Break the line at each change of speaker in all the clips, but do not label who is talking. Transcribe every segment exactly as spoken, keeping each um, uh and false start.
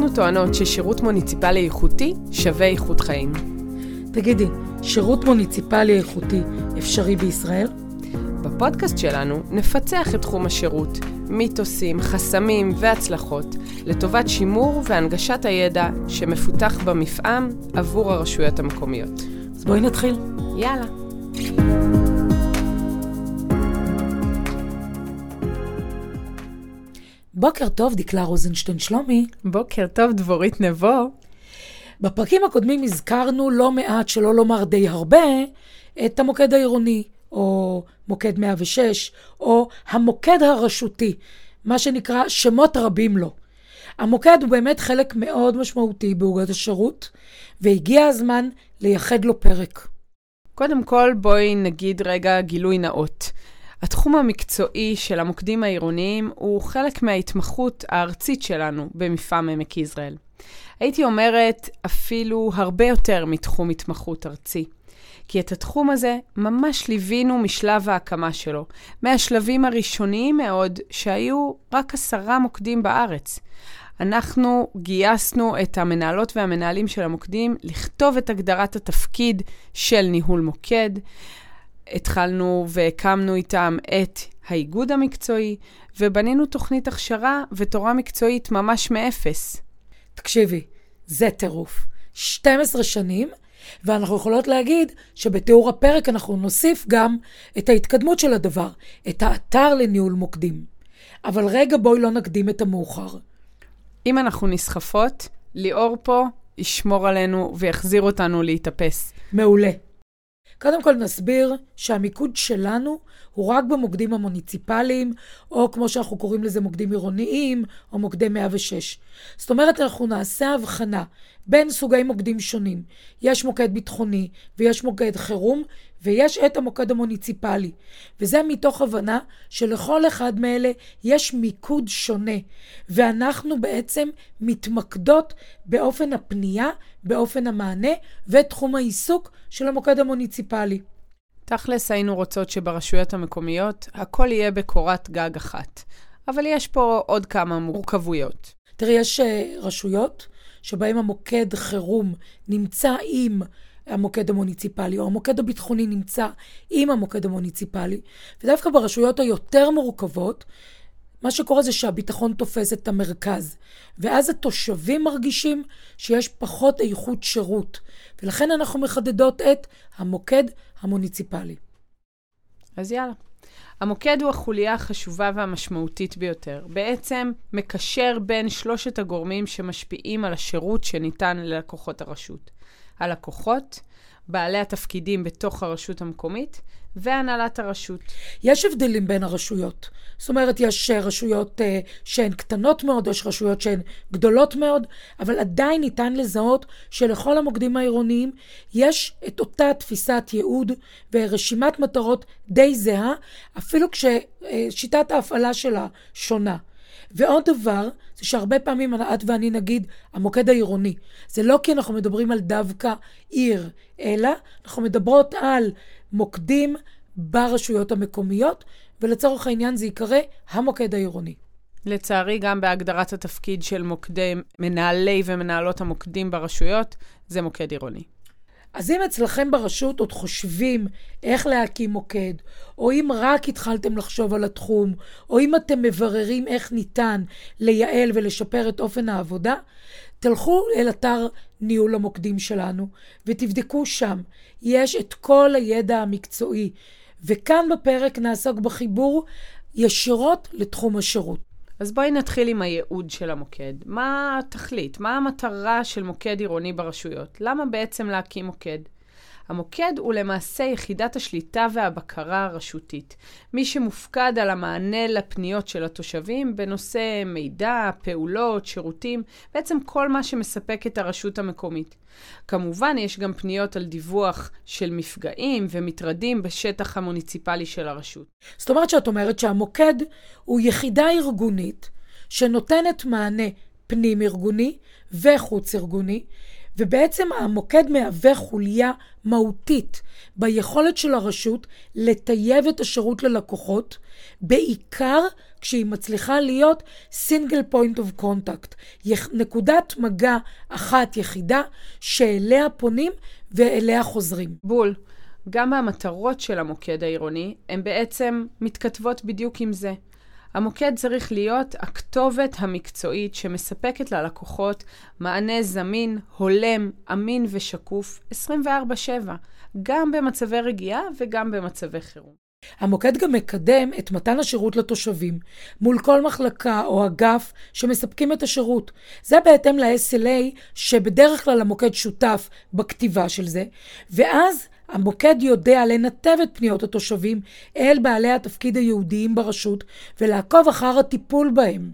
אנחנו טוענות ששירות מוניציפלי איכותי שווה איכות חיים.
תגידי, שירות מוניציפלי איכותי אפשרי בישראל?
בפודקאסט שלנו נפצח את תחום השירות, מיתוסים, חסמים והצלחות, לטובת שימור והנגשת הידע שמפותח במפעם עבור הרשויות המקומיות.
אז בואי נתחיל.
יאללה.
בוקר טוב, דקלה רוזנשטיין שלומי.
בוקר טוב, דבורית נבו.
בפרקים הקודמים הזכרנו לא מעט, שלא לומר די הרבה, את המוקד העירוני, או מוקד מאה ושש, או המוקד הרשותי, מה שנקרא שמות רבים לו. המוקד הוא באמת חלק מאוד משמעותי בעוגת השירות, והגיע הזמן לייחד לו פרק.
קודם כל בואי נגיד רגע גילוי נאות. התחום המקצועי של המוקדים העירוניים הוא חלק מההתמחות הארצית שלנו במפעם עמק יזרעאל. הייתי אומרת אפילו הרבה יותר מתחום התמחות ארצי. כי את התחום הזה ממש ליווינו משלב ההקמה שלו, מהשלבים הראשוניים מאוד שהיו רק עשרה מוקדים בארץ. אנחנו גייסנו את המנהלות והמנהלים של המוקדים לכתוב את הגדרת התפקיד של ניהול מוקד. התחלנו והקמנו איתם את האיגוד המקצועי, ובנינו תוכנית הכשרה ותורה מקצועית ממש מאפס.
תקשיבי, זה טירוף. שתים עשרה שנים, ואנחנו יכולות להגיד שבתיאור הפרק אנחנו נוסיף גם את ההתקדמות של הדבר, את האתר לניהול מוקדים. אבל רגע בואי לא נקדים את המאוחר.
אם אנחנו נסחפות, ליאור פה ישמור עלינו ויחזיר אותנו להתאפס.
מעולה. קודם כל נסביר שהמיקוד שלנו הוא רק במוקדים המוניציפליים, או כמו שאנחנו קוראים לזה מוקדים עירוניים, או מוקדי מאה ושש. זאת אומרת, אנחנו נעשה הבחנה בין סוגי מוקדים שונים. יש מוקד ביטחוני, ויש מוקד חירום, ויש את המוקד המוניציפלי. וזה מתוך הבנה שלכל אחד מאלה יש מיקוד שונה. ואנחנו בעצם מתמקדות באופן הפנייה, באופן המענה, ותחום העיסוק של המוקד המוניציפלי.
תכלס היינו רוצות שברשויות המקומיות הכל יהיה בקורת גג אחת. אבל יש פה עוד כמה מורכבויות.
תראי, יש רשויות שבהם המוקד חירום נמצא עם המוקד המוניציפלי, או המוקד הביטחוני נמצא עם המוקד המוניציפלי, ודווקא ברשויות היותר מורכבות, מה שקורה זה שהביטחון תופס את המרכז, ואז התושבים מרגישים שיש פחות איכות שירות, ולכן אנחנו מחדדות את המוקד המוניציפלי.
אז יאללה. המוקד הוא החוליה החשובה והמשמעותית ביותר. בעצם מקשר בין שלושת הגורמים שמשפיעים על השירות שניתן ללקוחות הרשות. הלקוחות, בעלי התפקידים בתוך הרשות המקומית, והנהלת הרשות.
יש הבדלים בין הרשויות. זאת אומרת, יש רשויות uh, שהן קטנות מאוד, יש רשויות שהן גדולות מאוד, אבל עדיין ניתן לזהות שלכל המוקדים העירוניים יש את אותה תפיסת ייעוד ורשימת מטרות די זהה, אפילו כששיטת ההפעלה שלה שונה. ועוד דבר, זה שהרבה פעמים את ואני נגיד המוקד העירוני. זה לא כי אנחנו מדברים על דווקא עיר, אלא אנחנו מדברות על מוקדים ברשויות המקומיות, ולצורך העניין זה יקרא המוקד העירוני.
לצערי גם בהגדרת התפקיד של מוקדי מנהלי ומנהלות המוקדים ברשויות, זה מוקד עירוני.
אז אם אצלכם ברשות עוד חושבים איך להקים מוקד, או אם רק התחלתם לחשוב על התחום, או אם אתם מבררים איך ניתן לייעל ולשפר את אופן העבודה, תלכו אל אתר ניהול המוקדים שלנו, ותבדקו שם. יש את כל הידע המקצועי, וכאן בפרק נעסוק בחיבור ישירות לתחום השירות.
אז בואי נתחיל עם הייעוד של המוקד. מה התכלית? מה המטרה של מוקד עירוני ברשויות? למה בעצם להקים מוקד? המוקד הוא למעשה יחידת השליטה והבקרה הרשותית. מי שמופקד על המענה לפניות של התושבים בנושא מידע, פעולות, שירותים, בעצם כל מה שמספק את הרשות המקומית. כמובן יש גם פניות על דיווח של מפגעים ומטרדים בשטח המוניציפלי של הרשות.
זאת אומרת שאת אומרת שהמוקד הוא יחידה ארגונית שנותנת מענה פנים ארגוני וחוץ ארגוני, ובעצם המוקד מהווה חוליה מהותית ביכולת של הרשות לטייב את השירות ללקוחות, בעיקר כשהיא מצליחה להיות single point of contact, נקודת מגע אחת יחידה שאליה פונים ואליה חוזרים.
בול. גם המטרות של המוקד העירוני הן בעצם מתכתבות בדיוק עם זה. המוקד צריך להיות הכתובת המקצועית שמספקת ללקוחות מענה זמין, הולם, אמין ושקוף עשרים וארבע שבע, גם במצבי רגיעה וגם במצבי חירום.
המוקד גם מקדם את מתן השירות לתושבים מול כל מחלקה או אגף שמספקים את השירות. זה בהתאם ל-אס אל איי שבדרך כלל המוקד שותף בכתיבה של זה, ואז המוקד יודע לנתב את פניות התושבים אל בעלי התפקיד היהודיים ברשות ולעקוב אחר הטיפול בהם.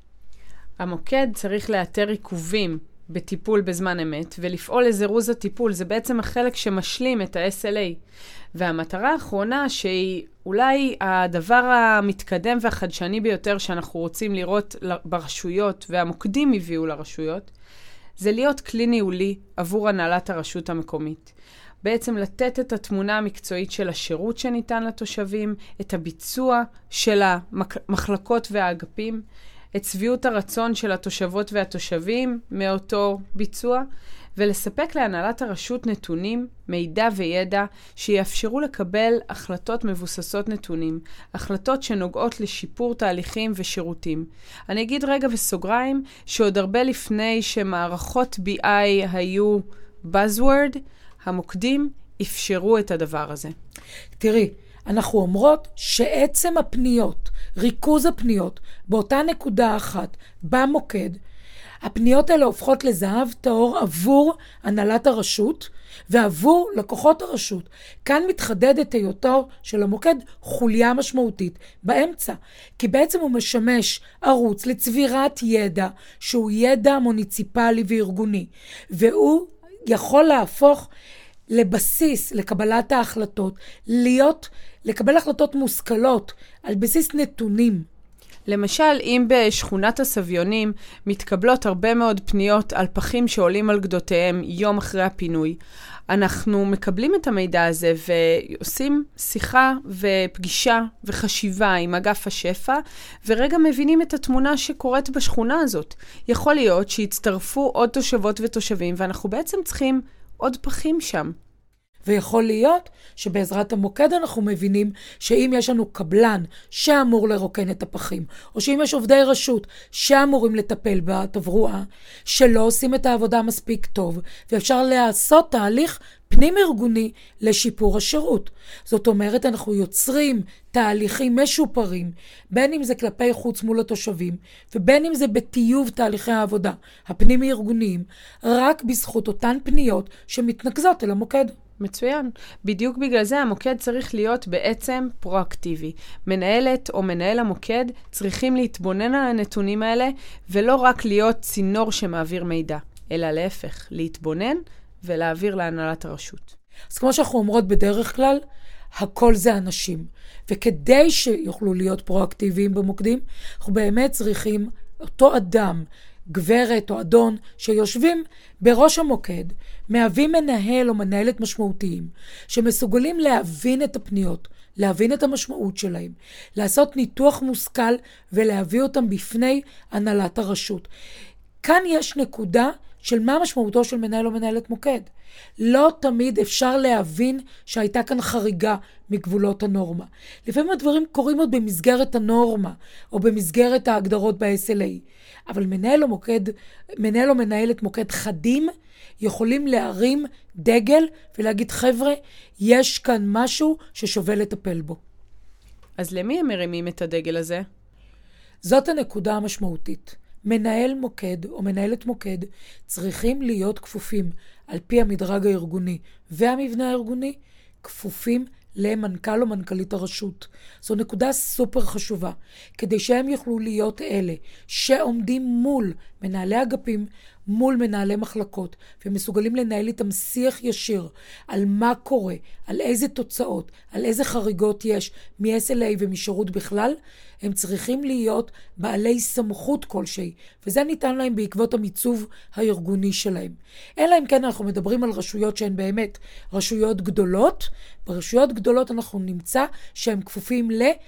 המוקד צריך לאתר עיכובים בטיפול בזמן אמת ולפעול לזירוז הטיפול. זה בעצם החלק שמשלים את ה-אס אל איי. והמטרה האחרונה שהיא אולי הדבר המתקדם והחדשני ביותר שאנחנו רוצים לראות ברשויות והמוקדים הביאו לרשויות, זה להיות כלי ניהולי עבור הנהלת הרשות המקומית. בעצם לתת את התמונה המקצועית של השירות שניתן לתושבים, את הביצוע של המחלקות והאגפים, את שביעות הרצון של התושבות והתושבים מאותו ביצוע, ולספק להנהלת הרשות נתונים, מידע וידע שיאפשרו לקבל החלטות מבוססות נתונים, החלטות שנוגעות לשיפור תהליכים ושירותים. אני אגיד רגע בסוגריים שעוד הרבה לפני שמערכות בי איי היו buzzword, המוקדים אפשרו את הדבר הזה.
תראי, אנחנו אומרות שעצם הפניות, ריכוז הפניות באותה נקודה אחת במוקד, הפניות האלה הופכות לזהב טהור עבור הנהלת הרשות ועבור לקוחות הרשות. כאן מתחדדת היותו של המוקד חוליה משמעותית באמצע, כי בעצם הוא משמש ערוץ לצבירת ידע שהוא ידע מוניציפלי וארגוני, והוא יכול להפוך לבסיס לקבלת ההחלטות, להיות, לקבל החלטות מושכלות על בסיס נתונים.
למשל, אם בשכונת הסביונים מתקבלות הרבה מאוד פניות על פחים שעולים על גדותיהם יום אחרי הפינוי, אנחנו מקבלים את המידע הזה ועושים שיחה ופגישה וחשיבה עם אגף השפע, ורגע מבינים את התמונה שקורית בשכונה הזאת. יכול להיות שיצטרפו עוד תושבות ותושבים, ואנחנו בעצם צריכים עוד פחים שם.
ויכול להיות שבעזרת המוקד אנחנו מבינים שאם יש לנו קבלן שאמור לרוקן את הפחים, או שאם יש עובדי רשות שאמורים לטפל בתברואה, שלא עושים את העבודה מספיק טוב, ואפשר לעשות תהליך פנים ארגוני לשיפור השירות. זאת אומרת, אנחנו יוצרים תהליכים משופרים, בין אם זה כלפי חוץ מול התושבים, ובין אם זה בטיוב תהליכי העבודה הפנים ארגוניים, רק בזכות אותן פניות שמתנקזות אל המוקד.
מצוין. בדיוק בגלל זה המוקד צריך להיות בעצם פרואקטיבי. מנהלת או מנהל המוקד צריכים להתבונן על הנתונים האלה, ולא רק להיות צינור שמעביר מידע, אלא להפך, להתבונן ולהעביר להנהלת הרשות.
אז כמו שאנחנו אומרות בדרך כלל, הכל זה אנשים. וכדי שיוכלו להיות פרואקטיביים במוקדים, אנחנו באמת צריכים אותו אדם, גברת או אדון שיושבים בראש המוקד, מהווים מנהל או מנהלת משמעותיים, שמסוגלים להבין את הפניות, להבין את המשמעות שלהם, לעשות ניתוח מושכל ולהביא אותם בפני הנהלת הרשות. כאן יש נקודה של מה משמעותו של מנהל או מנהלת מוקד. לא תמיד אפשר להבין שהייתה כאן חריגה מגבולות הנורמה. לפעמים הדברים קורים עוד במסגרת הנורמה, או במסגרת ההגדרות ב-אס אל איי. אבל מנהל או מוקד, מנהל או מנהלת מוקד חדים, יכולים להרים דגל ולהגיד, חבר'ה, יש כאן משהו ששווה לטפל בו.
אז למי הם מרימים את הדגל הזה?
זאת הנקודה המשמעותית. מנהל מוקד או מנהלת מוקד צריכים להיות כפופים על פי המדרג הארגוני והמבנה הארגוני, כפופים למנכ"ל או מנכ"לית הרשות. זו נקודה סופר חשובה, כדי שהם יוכלו להיות אלה שעומדים מול מנהלי אגפים מול מנהלי מחלקות, ומסוגלים לנהל איתם שיח ישיר על מה קורה, על איזה תוצאות, על איזה חריגות יש מ-אס אל איי ומשירות בכלל, הם צריכים להיות בעלי סמכות כלשהי, וזה ניתן להם בעקבות המיצוב הארגוני שלהם. אלא אם כן אנחנו מדברים על רשויות שהן באמת רשויות גדולות, ברשויות גדולות אנחנו נמצא שהם כפופים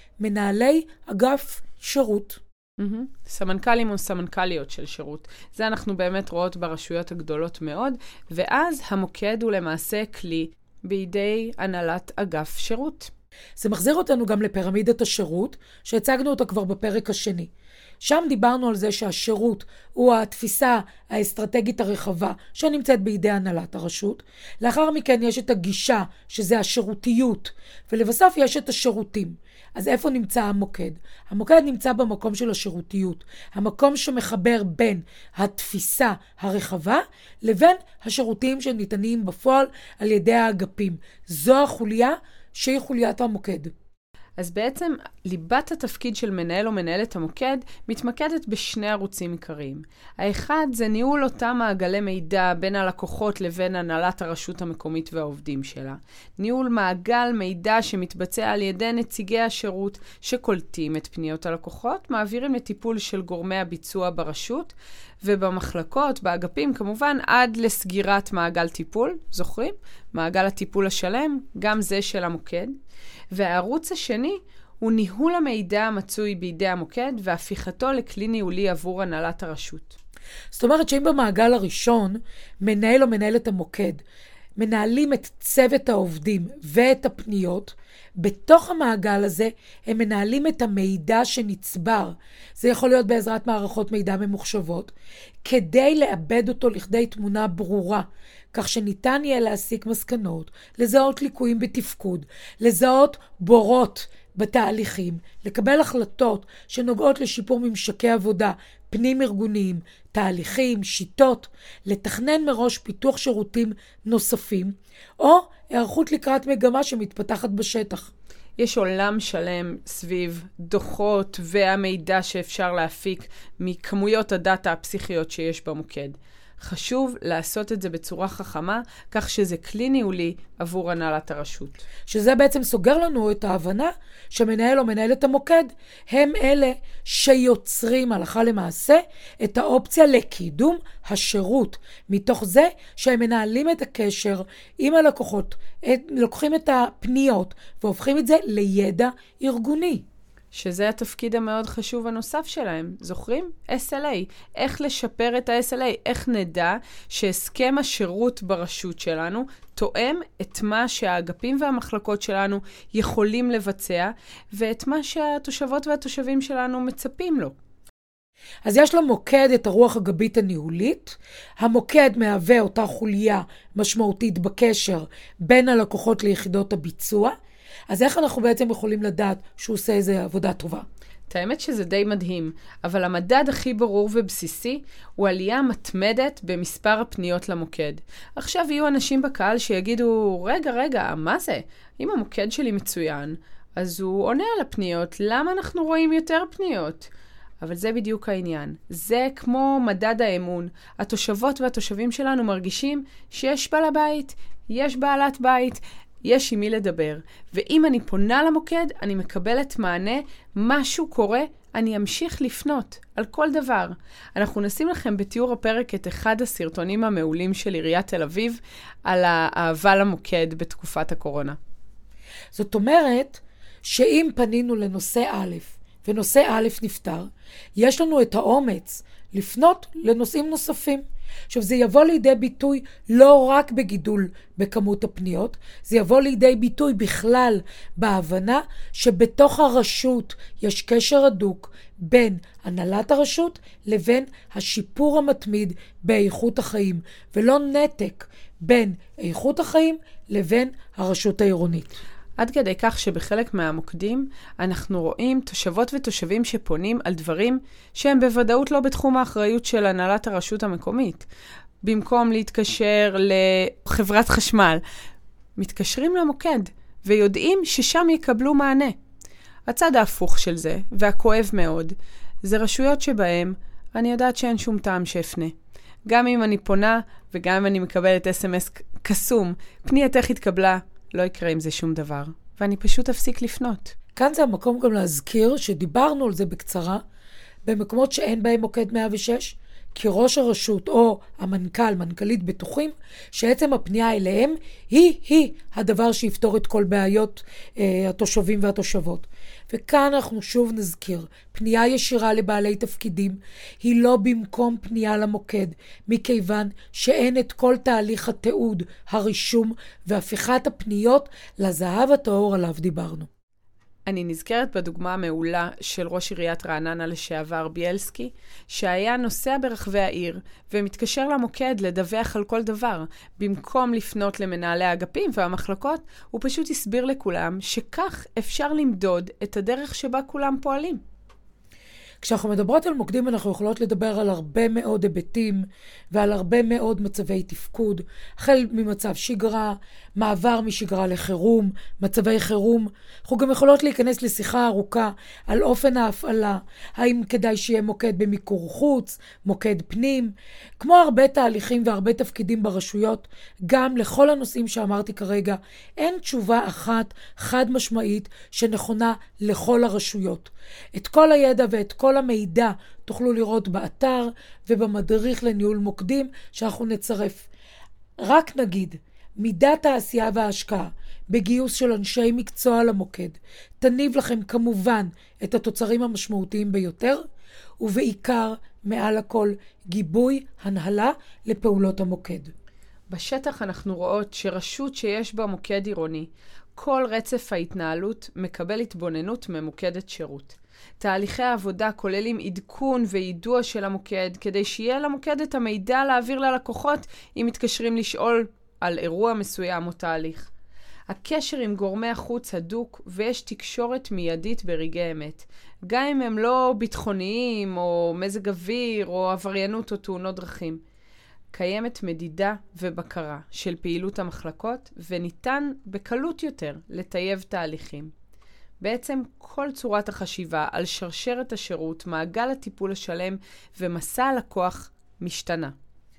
למנהלי אגף שירות.
Mm-hmm. סמנכלים או סמנכליות של שירות. זה אנחנו באמת רואות ברשויות הגדולות מאוד, ואז המוקד הוא למעשה כלי בידי הנהלת אגף שירות.
זה מחזיר אותנו גם לפירמידת השירות, שהצגנו אותה כבר בפרק השני. שם דיברנו על זה שהשירות הוא התפיסה האסטרטגית הרחבה שנמצאת בידי הנהלת הרשות. לאחר מכן יש את הגישה, שזה השירותיות, ולבסוף יש את השירותים. אז איפה נמצא המוקד? המוקד נמצא במקום של השירותיות, המקום שמחבר בין התפיסה הרחבה לבין השירותים שניתנים בפועל על ידי האגפים. זו החוליה שהיא חוליית המוקד.
אז בעצם ליבת התפקיד של מנהל או מנהלת המוקד מתמקדת בשני ערוצים עיקריים. האחד זה ניהול אותם מעגלי מידע בין הלקוחות לבין הנהלת הרשות המקומית והעובדים שלה. ניהול מעגל מידע שמתבצע על ידי נציגי השירות שקולטים את פניות הלקוחות, מעבירים לטיפול של גורמי הביצוע ברשות ובמחלקות, באגפים כמובן, עד לסגירת מעגל טיפול, זוכרים? מעגל הטיפול השלם, גם זה של המוקד. והערוץ השני הוא ניהול המידע המצוי בידי המוקד והפיכתו לכלי ניהולי עבור הנהלת הרשות.
זאת אומרת שאם במעגל הראשון מנהל או מנהלת המוקד מנהלים את צוות העובדים ואת הפניות, בתוך המעגל הזה הם מנהלים את המידע שנצבר. זה יכול להיות בעזרת מערכות מידע ממוחשבות, כדי לאבד אותו לכדי תמונה ברורה, כך שניתן יהיה להסיק מסקנות, לזהות ליקויים בתפקוד, לזהות בורות בתהליכים, לקבל החלטות שנוגעות לשיפור ממשקי עבודה, פנים ארגוניים, תהליכים, שיטות, לתכנן מראש פיתוח שירותים נוספים, או הערכות לקראת מגמה שמתפתחת בשטח.
יש עולם שלם סביב דוחות והמידע שאפשר להפיק מכמויות הדאטה הפסיכיות שיש במוקד. חשוב לעשות את זה בצורה חכמה, כך שזה כלי ניהולי עבור הנהלת הרשות.
שזה בעצם סוגר לנו את ההבנה שמנהל או מנהלת המוקד הם אלה שיוצרים הלכה למעשה את האופציה לקידום השירות. מתוך זה שהם מנהלים את הקשר עם הלקוחות, את, לוקחים את הפניות והופכים את זה לידע ארגוני.
שזה התפקיד המאוד חשוב הנוסף שלהם. זוכרים? אס אל איי. איך לשפר את ה-אס אל איי? איך נדע שהסכם השירות ברשות שלנו תואם את מה שהאגפים והמחלקות שלנו יכולים לבצע, ואת מה שהתושבות והתושבים שלנו מצפים לו.
אז יש למוקד את הרוח הגבית הניהולית. המוקד מהווה אותה חוליה משמעותית בקשר בין הלקוחות ליחידות הביצוע. אז איך אנחנו בעצם יכולים לדעת שהוא עושה איזו עבודה טובה?
את האמת שזה די מדהים, אבל המדד הכי ברור ובסיסי הוא עלייה מתמדת במספר הפניות למוקד. עכשיו יהיו אנשים בקהל שיגידו, רגע, רגע, מה זה? אם המוקד שלי מצוין, אז הוא עונה על הפניות, למה אנחנו רואים יותר פניות? אבל זה בדיוק העניין. זה כמו מדד האמון. התושבות והתושבים שלנו מרגישים שיש בעל הבית, יש בעלת בית, יש עם מי לדבר. ואם אני פונה למוקד, אני מקבלת מענה, משהו קורה, אני אמשיך לפנות על כל דבר. אנחנו נשים לכם בתיאור הפרק את אחד הסרטונים המעולים של עיריית תל אביב, על האהבה למוקד בתקופת הקורונה.
זאת אומרת, שאם פנינו לנושא א', ונושא א' נפטר, יש לנו את האומץ לפנות לנושאים נוספים. עכשיו, זה יבוא לידי ביטוי לא רק בגידול בכמות הפניות, זה יבוא לידי ביטוי בכלל בהבנה שבתוך הרשות יש קשר הדוק בין הנהלת הרשות לבין השיפור המתמיד באיכות החיים, ולא נתק בין איכות החיים לבין הרשות העירונית.
עד כדי כך שבחלק מהמוקדים אנחנו רואים תושבות ותושבים שפונים על דברים שהם בוודאות לא בתחום האחריות של הנהלת הרשות המקומית. במקום להתקשר לחברת חשמל, מתקשרים למוקד ויודעים ששם יקבלו מענה. הצד ההפוך של זה, והכואב מאוד, זה רשויות שבהם אני יודעת שאין שום טעם שאפנה. גם אם אני פונה וגם אם אני מקבלת אס אם אס קסום, פנייתך התקבלה, לא יקרה עם זה שום דבר, ואני פשוט אפסיק לפנות.
כאן זה המקום גם להזכיר שדיברנו על זה בקצרה, במקומות שאין בהם מוקד מאה ושש, כי ראש הרשות או המנכ"ל, מנכ"לית בטוחים, שעצם הפנייה אליהם היא-היא הדבר שיפתור את כל בעיות אה, התושבים והתושבות. וכאן אנחנו שוב נזכיר, פנייה ישירה לבעלי תפקידים היא לא במקום פנייה למוקד, מכיוון שאין את כל תהליך התיעוד, הרישום והפיכת הפניות לזהב הטהור עליו דיברנו.
אני נזכרת בדוגמה המעולה של ראש עיריית רעננה לשעבר ביאלסקי, שהיה נוסע ברחבי העיר ומתקשר למוקד לדווח על כל דבר. במקום לפנות למנהלי האגפים והמחלקות, הוא פשוט הסביר לכולם שכך אפשר למדוד את הדרך שבה כולם פועלים.
כשאנחנו מדברות על מוקדים, אנחנו יכולות לדבר על הרבה מאוד היבטים ועל הרבה מאוד מצבי תפקוד, החל ממצב שגרה, מעבר משגרה לחירום, מצבי חירום. אנחנו גם יכולות להיכנס לשיחה ארוכה על אופן ההפעלה, האם כדאי שיהיה מוקד במיקור חוץ, מוקד פנים, כמו הרבה תהליכים והרבה תפקידים ברשויות, גם לכל הנושאים שאמרתי כרגע, אין תשובה אחת חד משמעית שנכונה לכל הרשויות. את כל הידע ואת כל המידע תוכלו לראות באתר ובמדריך לניהול מוקדים שאנחנו נצרף. רק נגיד, מידת העשייה וההשקעה בגיוס של אנשי מקצוע למוקד תניב לכם כמובן את התוצרים המשמעותיים ביותר, ובעיקר מעל הכל גיבוי הנהלה לפעולות המוקד.
בשטח אנחנו רואות שרשות שיש בה מוקד עירוני, כל רצף ההתנהלות מקבל התבוננות ממוקדת שירות. תהליכי העבודה כוללים עדכון ויידוע של המוקד, כדי שיהיה למוקד את המידע להעביר ללקוחות אם מתקשרים לשאול על אירוע מסוים או תהליך. הקשר עם גורמי החוץ הדוק ויש תקשורת מיידית ברגעי אמת. גם אם הם לא ביטחוניים או מזג אוויר או עבריינות או תאונות דרכים. קיימת מדידה ובקרה של פעילות המחלקות וניתן בקלות יותר לטייב תהליכים. בעצם כל צורת החשיבה על שרשרת השירות, מעגל הטיפול השלם ומסע הלקוח משתנה.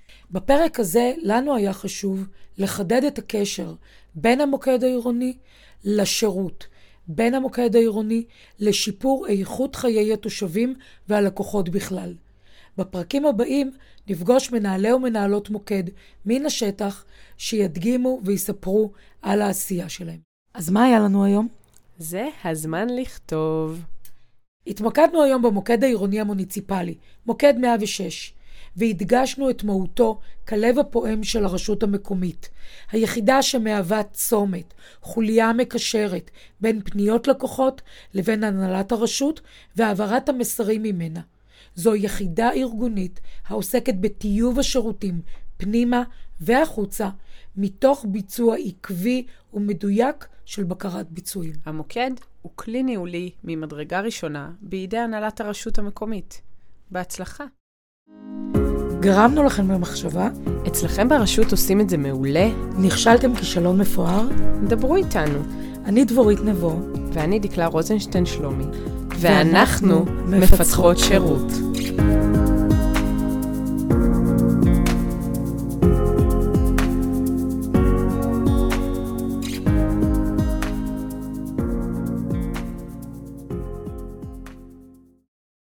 בפרק הזה לנו היה חשוב לחדד את הקשר בין המוקד העירוני לשירות, בין המוקד העירוני לשיפור איכות חיי התושבים והלקוחות בכלל. בפרקים הבאים נפגוש מנהלי ומנהלות מוקד מן השטח שידגימו ויספרו על העשייה שלהם. אז מה היה לנו היום?
זה הזמן לכתוב.
התמקדנו היום במוקד העירוני המוניציפלי, מוקד מאה ושש, והדגשנו את מהותו כלב הפועם של הרשות המקומית, היחידה שמהווה צומת, חוליה מקשרת בין פניות לקוחות לבין הנהלת הרשות והעברת המסרים ממנה. זו יחידה ארגונית העוסקת בטיוב השירותים פנימה והחוצה, מתוך ביצוע עקבי ומדויק של בקרת ביצועים.
המוקד הוא כלי ניהולי ממדרגה ראשונה בידי הנהלת הרשות המקומית. בהצלחה.
גרמנו לכם במחשבה?
אצלכם ברשות עושים את זה מעולה?
נכשלתם כישלון מפואר?
דברו איתנו.
אני דבורית נבו.
ואני דקלה רוזנשטיין שלומי. ואנחנו מפצחות שירות.